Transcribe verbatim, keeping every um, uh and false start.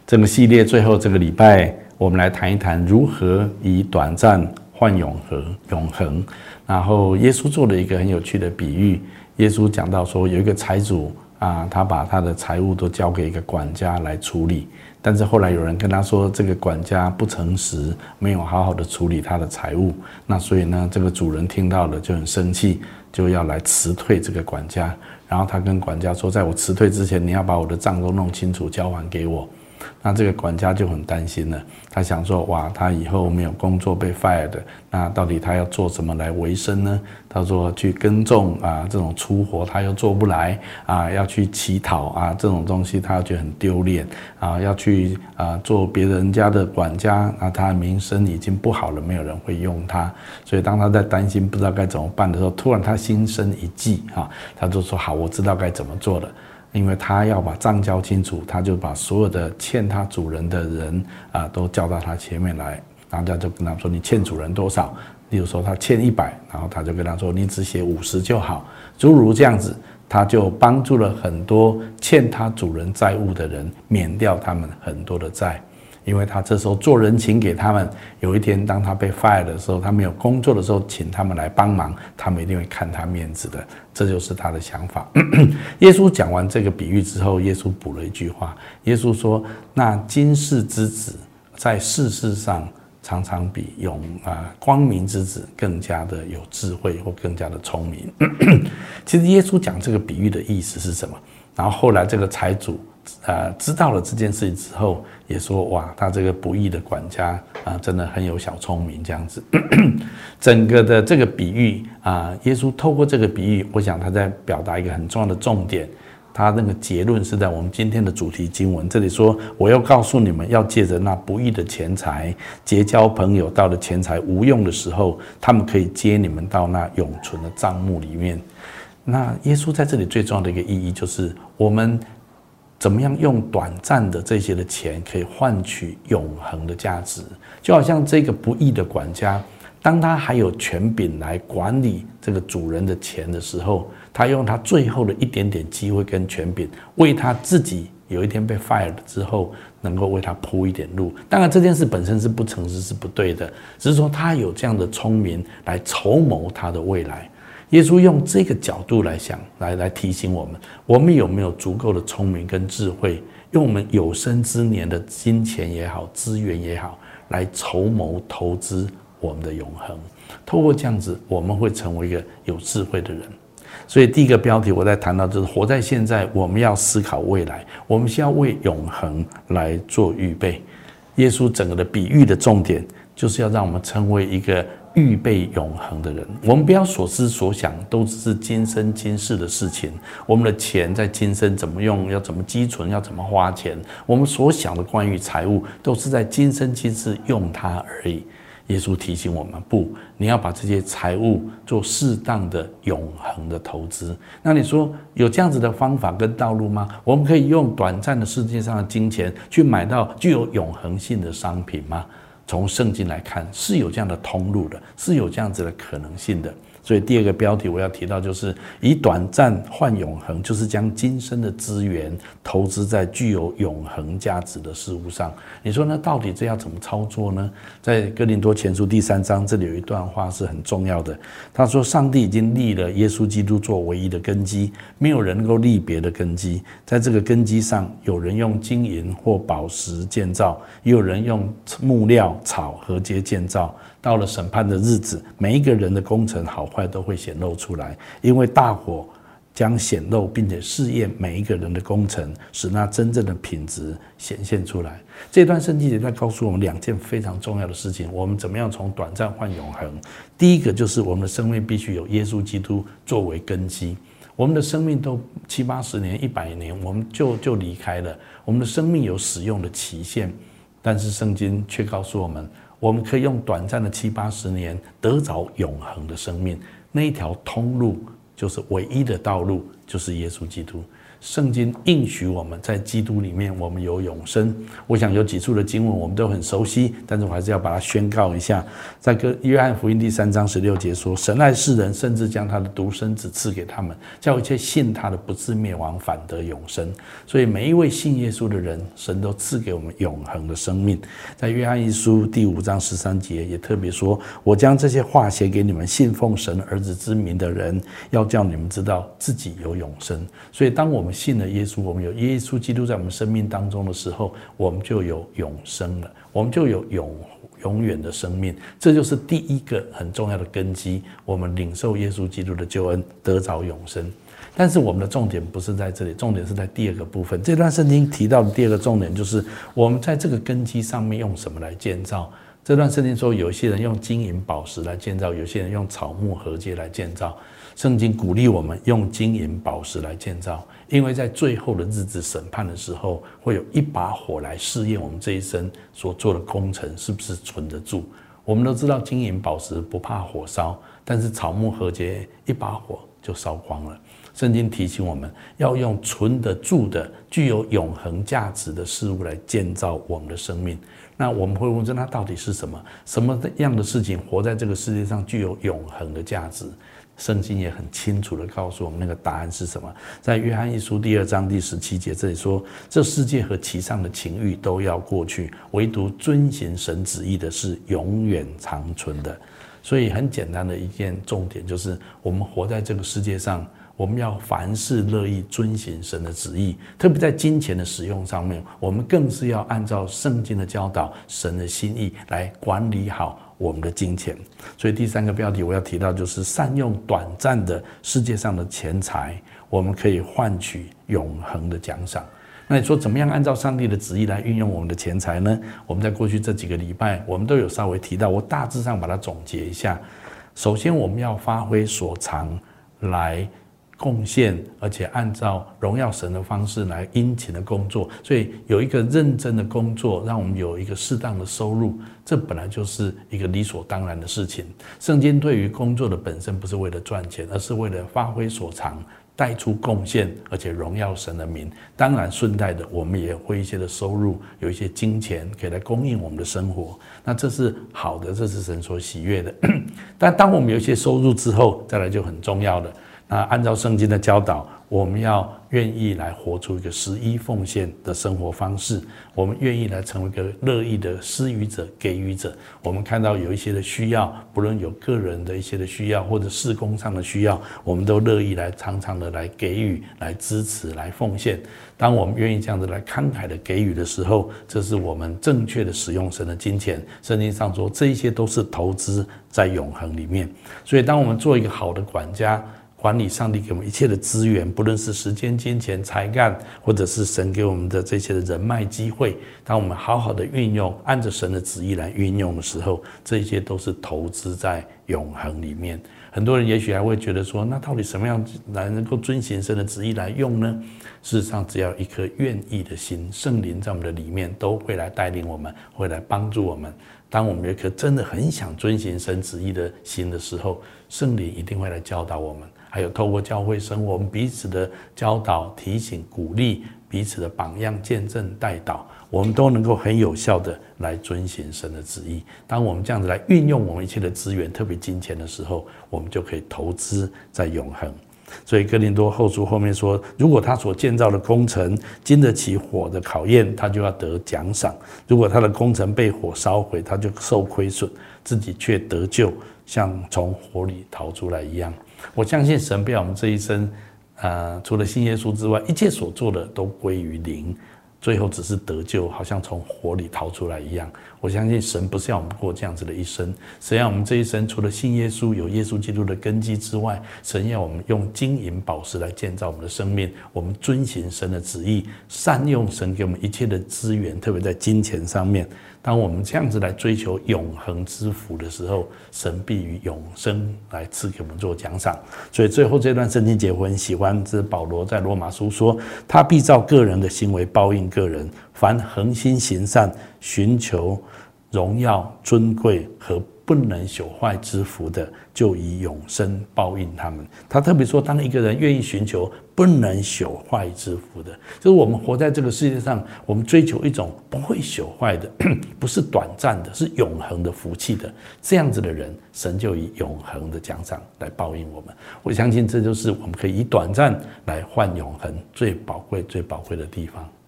这个系列最后这个礼拜，我们来谈一谈如何以短暂换永恒。永恒。然后耶稣做了一个很有趣的比喻，耶稣讲到说，有一个财主啊，他把他的财物都交给一个管家来处理，但是后来有人跟他说，这个管家不诚实，没有好好的处理他的财物，那所以呢，这个主人听到了就很生气，就要来辞退这个管家。然后他跟管家说，在我辞退之前，你要把我的账都弄清楚，交还给我。那这个管家就很担心了，他想说，哇，他以后没有工作被 fire 的，那到底他要做什么来维生呢？他说去耕种啊，这种粗活他又做不来啊，要去乞讨啊，这种东西他觉得很丢脸啊，要去啊做别人家的管家，那他的名声已经不好了，没有人会用他。所以当他在担心不知道该怎么办的时候，突然他心生一计啊，他就说好，我知道该怎么做了。因为他要把账交清楚，他就把所有的欠他主人的人啊都叫到他前面来，然后他就跟他说，你欠主人多少？例如说他欠一百，然后他就跟他说，你只写五十就好，诸如这样子，他就帮助了很多欠他主人债务的人，免掉他们很多的债。因为他这时候做人情给他们，有一天当他被 fire 的时候，他没有工作的时候，请他们来帮忙，他们一定会看他面子的，这就是他的想法。耶稣讲完这个比喻之后，耶稣补了一句话，耶稣说，那今世之子在世事上常常比永啊光明之子更加的有智慧或更加的聪明。其实耶稣讲这个比喻的意思是什么？然后后来这个财主呃知道了这件事情之后，也说哇，他这个不义的管家啊，真的很有小聪明这样子。整个的这个比喻啊，耶稣透过这个比喻，我想他在表达一个很重要的重点。他那个结论是在我们今天的主题经文这里说，我要告诉你们，要借着那不义的钱财结交朋友，到了钱财无用的时候，他们可以接你们到那永存的帐幕里面。那耶稣在这里最重要的一个意义就是，我们怎么样用短暂的这些的钱可以换取永恒的价值。就好像这个不义的管家，当他还有权柄来管理这个主人的钱的时候，他用他最后的一点点机会跟权柄，为他自己有一天被 fired 之后，能够为他铺一点路。当然这件事本身是不诚实，是不对的，只是说他有这样的聪明来筹谋他的未来。耶稣用这个角度来想，来来提醒我们，我们有没有足够的聪明跟智慧，用我们有生之年的金钱也好，资源也好，来筹谋投资我们的永恒。透过这样子，我们会成为一个有智慧的人。所以第一个标题我在谈到，就是活在现在，我们要思考未来，我们需要为永恒来做预备。耶稣整个的比喻的重点，就是要让我们成为一个预备永恒的人。我们不要所思所想都只是今生今世的事情，我们的钱在今生怎么用，要怎么积存，要怎么花钱，我们所想的关于财务都是在今生今世用它而已。耶稣提醒我们，不，你要把这些财物做适当的永恒的投资。那你说有这样子的方法跟道路吗？我们可以用短暂的世界上的金钱去买到具有永恒性的商品吗？从圣经来看，是有这样的通路的，是有这样子的可能性的。所以第二个标题我要提到，就是以短暂换永恒，就是将今生的资源投资在具有永恒价值的事物上。你说呢？到底这要怎么操作呢？在哥林多前书第三章，这里有一段话是很重要的。他说，上帝已经立了耶稣基督做唯一的根基，没有人能够立别的根基。在这个根基上，有人用金银或宝石建造，也有人用木料草禾秸建造。到了审判的日子，每一个人的工程好坏都会显露出来，因为大火将显露，并且试验每一个人的工程，使那真正的品质显现出来。这段圣经也在告诉我们两件非常重要的事情，我们怎么样从短暂换永恒。第一个就是我们的生命必须有耶稣基督作为根基。我们的生命都七八十年、一百年，我们就就离开了。我们的生命有使用的期限，但是圣经却告诉我们，我们可以用短暂的七八十年得着永恒的生命。那一条通路就是唯一的道路，就是耶稣基督。 圣经应许我们在基督里面我们有永生。我想有几处的经文我们都很熟悉，但是我还是要把它宣告一下。在约翰福音第三章十六节说，神爱世人，甚至将他的独生子赐给他们，叫一切信他的不至灭亡，反得永生。所以每一位信耶稣的人，神都赐给我们永恒的生命。在约翰一书第五章十三节也特别说，我将这些话写给你们信奉神儿子之名的人，要叫你们知道自己有永生。所以当我们信了耶稣，我们有耶稣基督在我们生命当中的时候，我们就有永生了，我们就有永永远的生命。这就是第一个很重要的根基，我们领受耶稣基督的救恩，得着永生。但是我们的重点不是在这里，重点是在第二个部分。这段圣经提到的第二个重点就是我们在这个根基上面用什么来建造。这段圣经说，有些人用金银宝石来建造，有些人用草木禾秸来建造。圣经鼓励我们用金银宝石来建造，因为在最后的日子审判的时候，会有一把火来试验我们这一生所做的工程是不是存得住。我们都知道金银宝石不怕火烧，但是草木禾秸一把火就烧光了。圣经提醒我们要用存得住的、具有永恒价值的事物来建造我们的生命。那我们会问，那到底是什么？什么样的事情活在这个世界上具有永恒的价值？圣经也很清楚地告诉我们那个答案是什么。在约翰一书第二章第十七节这里说，这世界和其上的情欲都要过去，唯独遵行神旨意的是永远长存的。所以很简单的一件重点就是，我们活在这个世界上，我们要凡事乐意遵行神的旨意，特别在金钱的使用上面，我们更是要按照圣经的教导、神的心意来管理好我们的金钱。所以第三个标题我要提到，就是善用短暂的世界上的钱财，我们可以换取永恒的奖赏。那你说怎么样按照上帝的旨意来运用我们的钱财呢？我们在过去这几个礼拜我们都有稍微提到，我大致上把它总结一下。首先我们要发挥所长来贡献，而且按照荣耀神的方式来殷勤的工作，所以有一个认真的工作，让我们有一个适当的收入，这本来就是一个理所当然的事情。圣经对于工作的本身不是为了赚钱，而是为了发挥所长，带出贡献，而且荣耀神的名。当然顺带的我们也会一些的收入，有一些金钱可以来供应我们的生活，那这是好的，这是神所喜悦的。但当我们有一些收入之后，再来就很重要的，那按照圣经的教导，我们要愿意来活出一个十一奉献的生活方式，我们愿意来成为一个乐意的施予者、给予者。我们看到有一些的需要，不论有个人的一些的需要，或者事工上的需要，我们都乐意来常常的来给予、来支持、来奉献。当我们愿意这样子来慷慨的给予的时候，这是我们正确的使用神的金钱。圣经上说，这一些都是投资在永恒里面。所以当我们做一个好的管家，管理上帝给我们一切的资源，不论是时间、金钱、才干，或者是神给我们的这些的人脉机会，当我们好好的运用，按着神的旨意来运用的时候，这些都是投资在永恒里面。很多人也许还会觉得说，那到底什么样来能够遵行神的旨意来用呢？事实上，只要一颗愿意的心，圣灵在我们的里面都会来带领我们，会来帮助我们。当我们有一颗真的很想遵行神旨意的心的时候，圣灵一定会来教导我们。还有透过教会生活，我们彼此的教导、提醒、鼓励，彼此的榜样、见证、带导，我们都能够很有效的来遵行神的旨意。当我们这样子来运用我们一切的资源，特别金钱的时候，我们就可以投资在永恒。所以哥林多后书后面说，如果他所建造的工程经得起火的考验，他就要得奖赏；如果他的工程被火烧毁，他就受亏损，自己却得救，像从火里逃出来一样。我相信神被我们这一生，呃，除了信耶稣之外，一切所做的都归于零，最后只是得救，好像从火里逃出来一样。我相信神不是要我们过这样子的一生，神要我们这一生除了信耶稣、有耶稣基督的根基之外，神要我们用金银宝石来建造我们的生命，我们遵行神的旨意，善用神给我们一切的资源，特别在金钱上面。当我们这样子来追求永恒之福的时候，神必于永生来赐给我们做奖赏。所以最后这段圣经节我很喜欢，这是保罗在罗马书说，他必照个人的行为报应个人，凡恒心行善、寻求荣耀、尊贵和不能朽坏之福的，就以永生报应他们。他特别说，当一个人愿意寻求不能朽坏之福的，就是我们活在这个世界上，我们追求一种不会朽坏的，不是短暂的，是永恒的福气的，这样子的人，神就以永恒的奖赏来报应我们。我相信这就是我们可以以短暂来换永恒最宝贵、最宝贵的地方。